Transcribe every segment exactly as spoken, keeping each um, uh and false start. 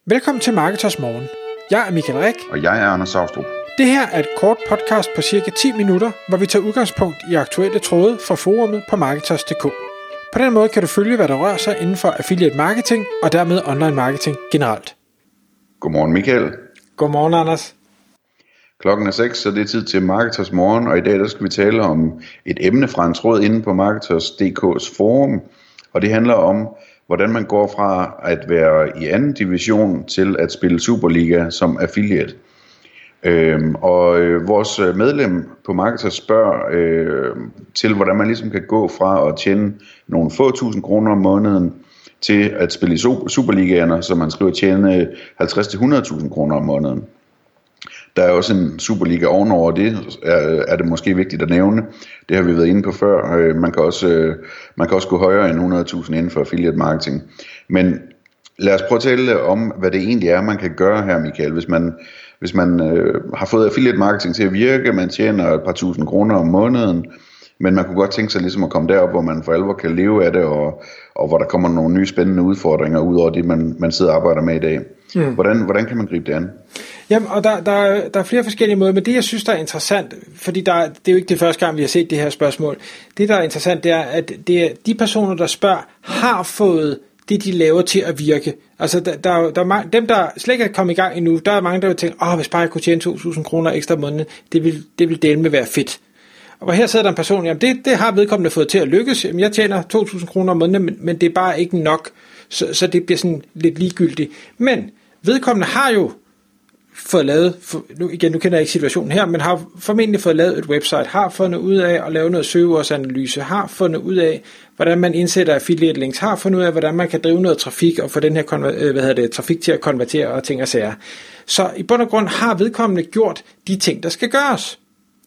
Velkommen til Marketers Morgen. Jeg er Michael Rik. Og jeg er Anders Saustrup. Det her er et kort podcast på cirka ti minutter, hvor vi tager udgangspunkt i aktuelle tråde fra forumet på Marketers punktum d k. På den måde kan du følge, hvad der rører sig inden for affiliate marketing og dermed online marketing generelt. Godmorgen Michael. Godmorgen Anders. Klokken er seks, så det er tid til Marketers Morgen, og i dag der skal vi tale om et emne fra en tråd inde på Marketers punktum d k's forum, og det handler om, hvordan man går fra at være i anden division til at spille Superliga som affiliate. Øhm, og øh, vores medlem på Marketers spørger øh, til, hvordan man ligesom kan gå fra at tjene nogle få tusind kroner om måneden til at spille i Superligaerne, så man skriver tjene halvtreds til hundrede tusind kroner om måneden. Der er også en Superliga ovenover det, er, er det måske vigtigt at nævne. Det har vi været inde på før. Man kan også, man kan også gå højere end hundrede tusind inden for affiliate marketing. Men lad os prøve at tale om, hvad det egentlig er, man kan gøre her, Michael. Hvis man, hvis man øh, har fået affiliate marketing til at virke, man tjener et par tusind kroner om måneden, men man kunne godt tænke sig ligesom at komme derop, hvor man for alvor kan leve af det, og, og hvor der kommer nogle nye spændende udfordringer ud over det, man, man sidder og arbejder med i dag. Mm. Hvordan, hvordan kan man gribe det an? Jamen, og der, der, der er flere forskellige måder, men det jeg synes, der er interessant, fordi der, det er jo ikke det første gang, vi har set det her spørgsmål. Det, der er interessant, det er, at det er de personer, der spørger, har fået det, de laver til at virke. Altså, der, der, der er mange, dem, der slet ikke er kommet i gang endnu, der er mange, der vil tænke, åh, hvis bare jeg kunne tjene to tusind kroner ekstra om måneden, det vil, det vil dele med være fedt. Og her sidder der en person, jamen det, det har vedkommende fået til at lykkes, jamen jeg tjener to tusind kroner om måneden, men, men det er bare ikke nok, så, så det bliver sådan lidt ligegyldigt. Men vedkommende har jo fået lavet, for, nu, igen, nu kender jeg ikke situationen her, men har formentlig fået lavet et website, har fundet ud af at lave noget søgeordsanalyse, har fundet ud af, hvordan man indsætter affiliate links, har fundet ud af, hvordan man kan drive noget trafik og få den her konver- hvad hedder det, trafik til at konvertere og ting og sager. Så i bund og grund har vedkommende gjort de ting, der skal gøres.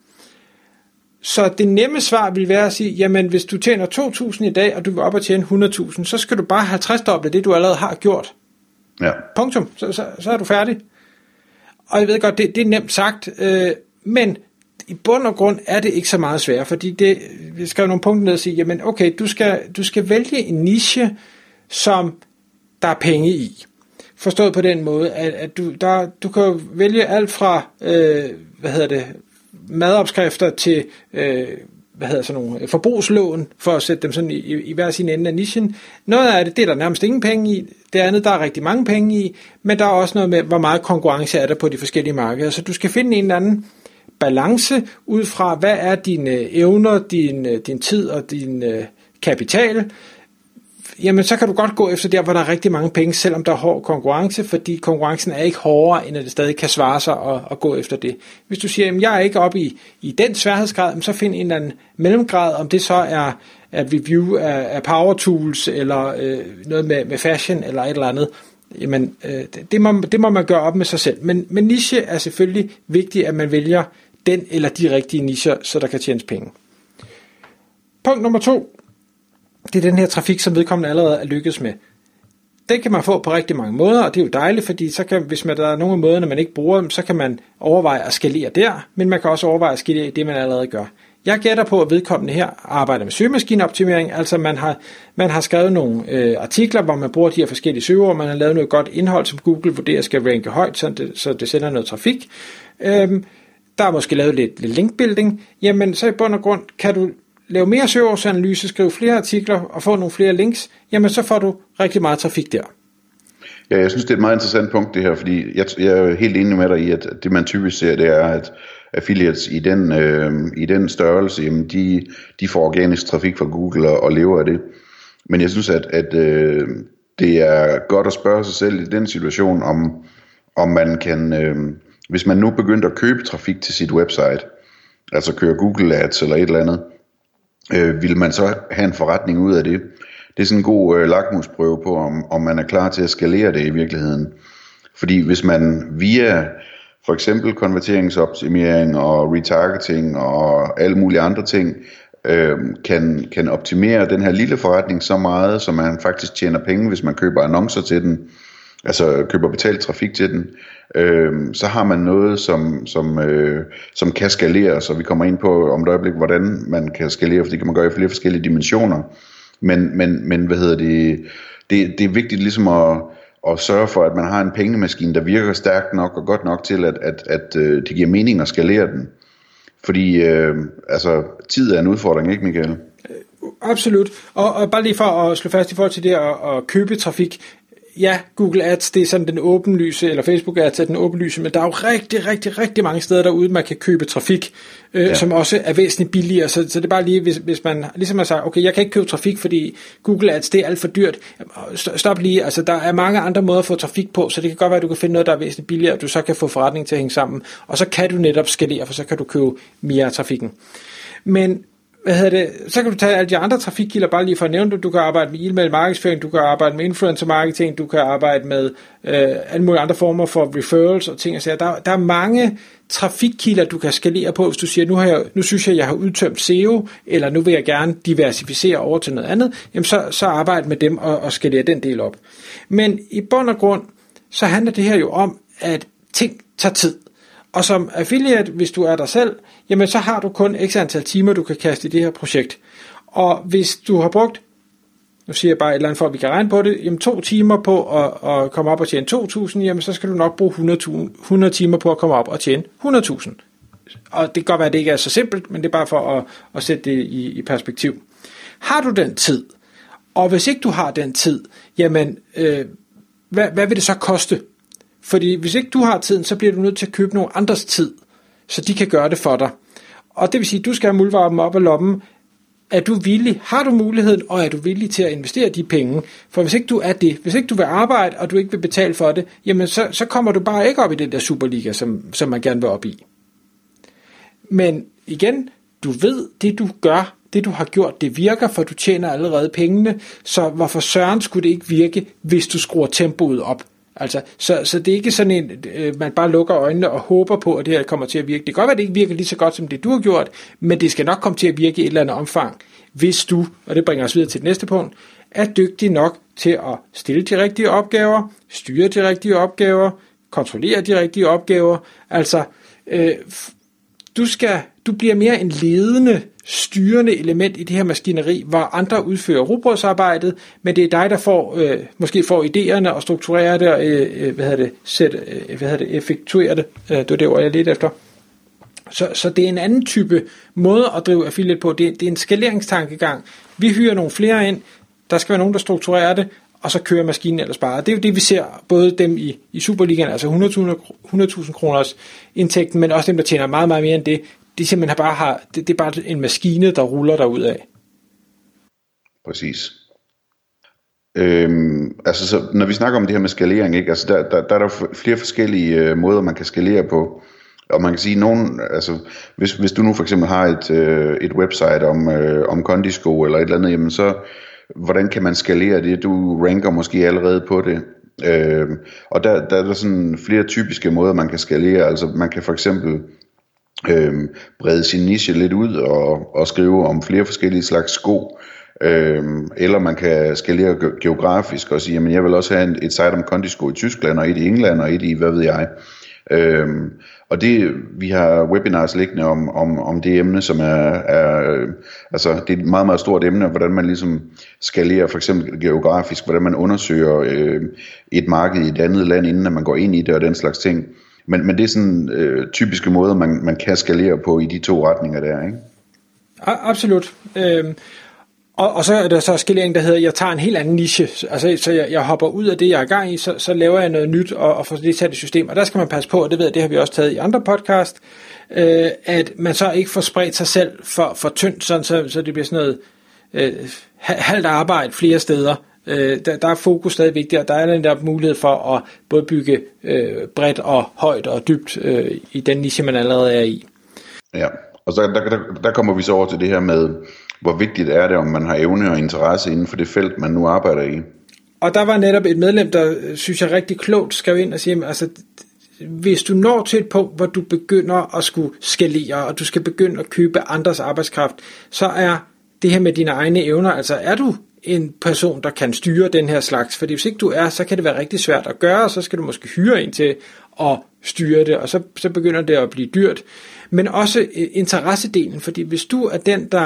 Så det nemme svar vil være at sige, jamen hvis du tjener to tusind i dag, og du vil op og tjene hundrede tusind, så skal du bare halvtreds doble det, du allerede har gjort. Ja. Punktum. Så, så, så er du færdig. Og jeg ved godt, det, det er nemt sagt, øh, men i bund og grund er det ikke så meget svært, fordi det, vi skal jo nogle punkter ned og sige, jamen okay, du skal, du skal vælge en niche, som der er penge i. Forstået på den måde, at, at du, der, du kan vælge alt fra, øh, hvad hedder det, madopskrifter til øh, hvad hedder sådan nogle forbrugslån, for at sætte dem sådan i, i, i hver sin ende af nichen. Noget af det, det er der nærmest ingen penge i. Det andet, der er rigtig mange penge i, men der er også noget med, hvor meget konkurrence er der på de forskellige markeder. Så du skal finde en eller anden balance ud fra, hvad er dine evner, din, din tid og din øh, kapital. Jamen så kan du godt gå efter der, hvor der er rigtig mange penge, selvom der er hård konkurrence, fordi konkurrencen er ikke hårdere, end at det stadig kan svare sig at, at gå efter det. Hvis du siger, at jeg er ikke oppe i, i den sværhedsgrad, så find en eller anden mellemgrad, om det så er at review af, af power tools, eller øh, noget med, med fashion, eller et eller andet. Jamen, øh, det, det, må, det må man gøre op med sig selv. Men, men niche er selvfølgelig vigtigt, at man vælger den eller de rigtige nicher, så der kan tjenes penge. Punkt nummer to. Det er den her trafik, som vedkommende allerede er lykkedes med. Den kan man få på rigtig mange måder, og det er jo dejligt, fordi så kan, hvis man, der er nogle måder, når man ikke bruger dem, så kan man overveje at skalere der, men man kan også overveje at skalere i det, man allerede gør. Jeg gætter på, at vedkommende her arbejder med søgemaskineoptimering, altså man har, man har skrevet nogle øh, artikler, hvor man bruger de her forskellige søgeord, man har lavet noget godt indhold, som Google vurderer skal ranke højt, så det, så det sender noget trafik. Øhm, der er måske lavet lidt, lidt linkbuilding, jamen så i bund og grund kan du lave mere søgeordsanalyse, skrive flere artikler og få nogle flere links, jamen så får du rigtig meget trafik der. Ja, jeg synes, det er et meget interessant punkt det her, fordi jeg, jeg er helt enig med dig i, at det man typisk ser, det er, at affiliates i den, øh, i den størrelse, jamen de, de får organisk trafik fra Google og, og lever af det. Men jeg synes, at, at øh, det er godt at spørge sig selv i den situation, om, om man kan, øh, hvis man nu begyndte at købe trafik til sit website, altså køre Google Ads eller et eller andet, Øh, vil man så have en forretning ud af det? Det er sådan en god øh, lakmusprøve på, om, om man er klar til at skalere det i virkeligheden. Fordi hvis man via for eksempel konverteringsoptimering og retargeting og alle mulige andre ting, øh, kan, kan optimere den her lille forretning så meget, så man faktisk tjener penge, hvis man køber annoncer til den, altså køber betalt trafik til den, øh, så har man noget, som, som, øh, som kan skalere, så vi kommer ind på om et øjeblik, hvordan man kan skalere, for det kan man gøre i flere forskellige dimensioner. Men, men, men hvad hedder det, det, det er vigtigt ligesom at, og sørge for, at man har en pengemaskine, der virker stærkt nok og godt nok til, at, at, at øh, det giver mening at skalere den. Fordi øh, altså, tid er en udfordring, ikke Michael? Absolut. Og, og bare lige for at slå fast i forhold til det at, at købe trafik. Ja, Google Ads, det er sådan den åbenlyse, eller Facebook Ads er den åbenlyse, men der er jo rigtig, rigtig, rigtig mange steder derude, man kan købe trafik, øh, ja. som også er væsentligt billigere. Så, så det er bare lige, hvis, hvis man ligesom har sagt, okay, jeg kan ikke købe trafik, fordi Google Ads, det er alt for dyrt. Stop lige, altså der er mange andre måder at få trafik på, så det kan godt være, at du kan finde noget, der er væsentligt billigere, og du så kan få forretningen til at hænge sammen. Og så kan du netop skalere, for så kan du købe mere af trafikken. Men hvad hedder det, så kan du tage alle de andre trafikkilder, bare lige for at nævne det. Du kan arbejde med e-mail markedsføring, du kan arbejde med influencer marketing, du kan arbejde med øh, alle mulige andre former for referrals og ting og sager. Der, der er mange trafikkilder, du kan skalere på, hvis du siger, nu, har jeg, nu synes jeg, jeg har udtømt S E O, eller nu vil jeg gerne diversificere over til noget andet, jamen så, så arbejde med dem og, og skalere den del op. Men i bund og grund, så handler det her jo om, at ting tager tid. Og som affiliate, hvis du er dig selv, jamen så har du kun x antal timer, du kan kaste i det her projekt. Og hvis du har brugt, nu siger jeg bare et eller andet for, at vi kan regne på det, jamen to timer på at, at komme op og tjene to tusind, jamen så skal du nok bruge hundrede timer på at komme op og tjene hundrede tusind. Og det kan godt være, at det ikke er så simpelt, men det er bare for at, at sætte det i, i perspektiv. Har du den tid, og hvis ikke du har den tid, jamen øh, hvad, hvad vil det så koste? Fordi hvis ikke du har tiden, så bliver du nødt til at købe nogle andres tid, så de kan gøre det for dig. Og det vil sige, at du skal have muldvarpen op af lommen. Er du villig? Har du muligheden, og er du villig til at investere de penge? For hvis ikke du er det, hvis ikke du vil arbejde, og du ikke vil betale for det, jamen så, så kommer du bare ikke op i den der Superliga, som, som man gerne vil op i. Men igen, du ved, det du gør, det du har gjort, det virker, for du tjener allerede pengene, så hvorfor søren skulle det ikke virke, hvis du skruer tempoet op? Altså, så, så det er ikke sådan en, øh, man bare lukker øjnene og håber på, at det her kommer til at virke. Det kan godt være, at det ikke virker lige så godt, som det du har gjort, men det skal nok komme til at virke i et eller andet omfang, hvis du, og det bringer os videre til det næste punkt, er dygtig nok til at stille de rigtige opgaver, styre de rigtige opgaver, kontrollere de rigtige opgaver. Altså, øh, du, skal, du bliver mere en ledende, styrende element i det her maskineri, hvor andre udfører rugbrødsarbejdet, men det er dig, der får, øh, måske får idéerne og strukturerer det og øh, hvad hedder det, sæt, øh, hvad hedder det, effektuerer det. Øh, det er det ord, jeg lidt efter. Så, så det er en anden type måde at drive affiliate på. Det, det er en skaleringstankegang. Vi hyrer nogle flere ind, der skal være nogen, der strukturerer det, og så kører maskinen ellers bare. Det er jo det, vi ser, både dem i, i Superligaen, altså hundrede tusind kroners indtægten, men også dem, der tjener meget, meget mere end det. Det simpelthen bare har, det, det er bare en maskine, der ruller derud af. Præcis. Øhm, altså så, når vi snakker om det her med skalering, ikke, altså der, der, der er der flere forskellige øh, måder, man kan skalere på. Og man kan sige, nogen, altså, hvis, hvis du nu for eksempel har et, øh, et website om, øh, om kondisko eller et eller andet, jamen så, hvordan kan man skalere det? Du ranker måske allerede på det. Øh, og der, der er der sådan flere typiske måder, man kan skalere. Altså man kan for eksempel øh, brede sin niche lidt ud og, og skrive om flere forskellige slags sko. Øh, eller man kan skalere ge- geografisk og sige, jamen jeg vil også have et site om kondisko i Tyskland og et i England og et i, hvad ved jeg. Øhm, og det, vi har webinars liggende om, om, om det emne, som er, er øh, altså det er et meget, meget stort emne, hvordan man ligesom skalerer for eksempel geografisk, hvordan man undersøger øh, et marked i et andet land, inden man går ind i det og den slags ting. Men, men det er sådan øh, typiske måder, man, man kan skalere på i de to retninger der, ikke? Absolut. Øhm. Og, og så er der så skalering, der hedder, jeg tager en helt anden niche, altså så jeg, jeg hopper ud af det, jeg er i gang i, så, så laver jeg noget nyt og, og får det sat i system. Og der skal man passe på, og det ved jeg, det har vi også taget i andre podcast, øh, at man så ikke får spredt sig selv for, for tyndt, sådan, så, så det bliver sådan noget øh, halvt arbejde flere steder. Øh, der, der er fokus stadig vigtigt, og der er den der mulighed for at både bygge øh, bredt og højt og dybt øh, i den niche, man allerede er i. Ja, og så der, der, der kommer vi så over til det her med, hvor vigtigt er det, om man har evne og interesse inden for det felt, man nu arbejder i. Og der var netop et medlem, der synes jeg rigtig klogt skrev ind og sige, altså hvis du når til et punkt, hvor du begynder at skulle skalere, og du skal begynde at købe andres arbejdskraft, så er det her med dine egne evner, altså er du en person, der kan styre den her slags, fordi hvis ikke du er, så kan det være rigtig svært at gøre, og så skal du måske hyre en til at styre det, og så, så begynder det at blive dyrt. Men også interessedelen, fordi hvis du er den, der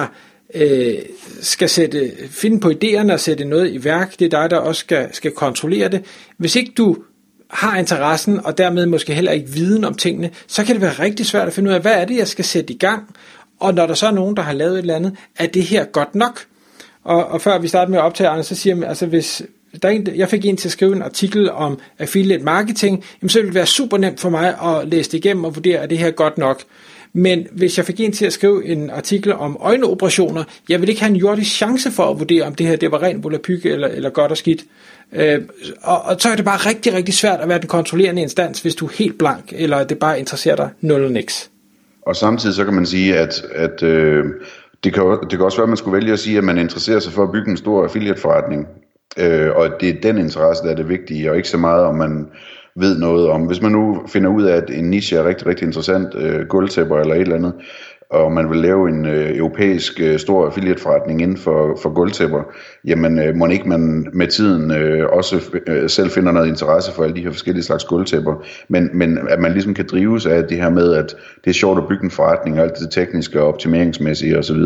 øh, skal sætte, finde på idéerne og sætte noget i værk. Det er dig, der også skal, skal kontrollere det. Hvis ikke du har interessen, og dermed måske heller ikke viden om tingene, så kan det være rigtig svært at finde ud af, hvad er det, jeg skal sætte i gang? Og når der så er nogen, der har lavet et eller andet, er det her godt nok? Og, og før vi starter med at optage, Arne, så siger jeg, altså hvis der er en, jeg fik en til at skrive en artikel om affiliate marketing, jamen så ville det være super nemt for mig at læse det igennem og vurdere, at det her er godt nok. Men hvis jeg fik en til at skrive en artikel om øjenoperationer, jeg vil ikke have en jordisk chance for at vurdere, om det her det var ren volapyk eller, eller godt og skidt. Øh, og, og så er det bare rigtig, rigtig svært at være den kontrollerende instans, hvis du er helt blank, eller det bare interesserer dig nul og niks. Og samtidig så kan man sige, at, at øh, det, kan, det kan også være, at man skulle vælge at sige, at man interesserer sig for at bygge en stor affiliate-forretning. Øh, og det er den interesse, der er det vigtige, og ikke så meget, om man ved noget om. Hvis man nu finder ud af, at en niche er rigtig, rigtig interessant, øh, gulvtæpper eller et eller andet, og man vil lave en øh, europæisk øh, stor affiliate-forretning inden for, for gulvtæpper, jamen øh, må ikke man med tiden øh, også øh, selv finder noget interesse for alle de her forskellige slags gulvtæpper, men, men at man ligesom kan drives af det her med, at det er sjovt at bygge en forretning, og alt det tekniske og optimeringsmæssige osv.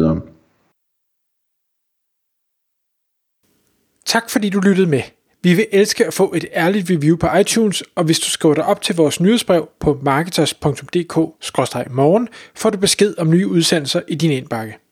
Tak fordi du lyttede med. Vi vil elske at få et ærligt review på iTunes, og hvis du skriver dig op til vores nyhedsbrev på marketers punktum d k skråstreg morgen, får du besked om nye udsendelser i din indbakke.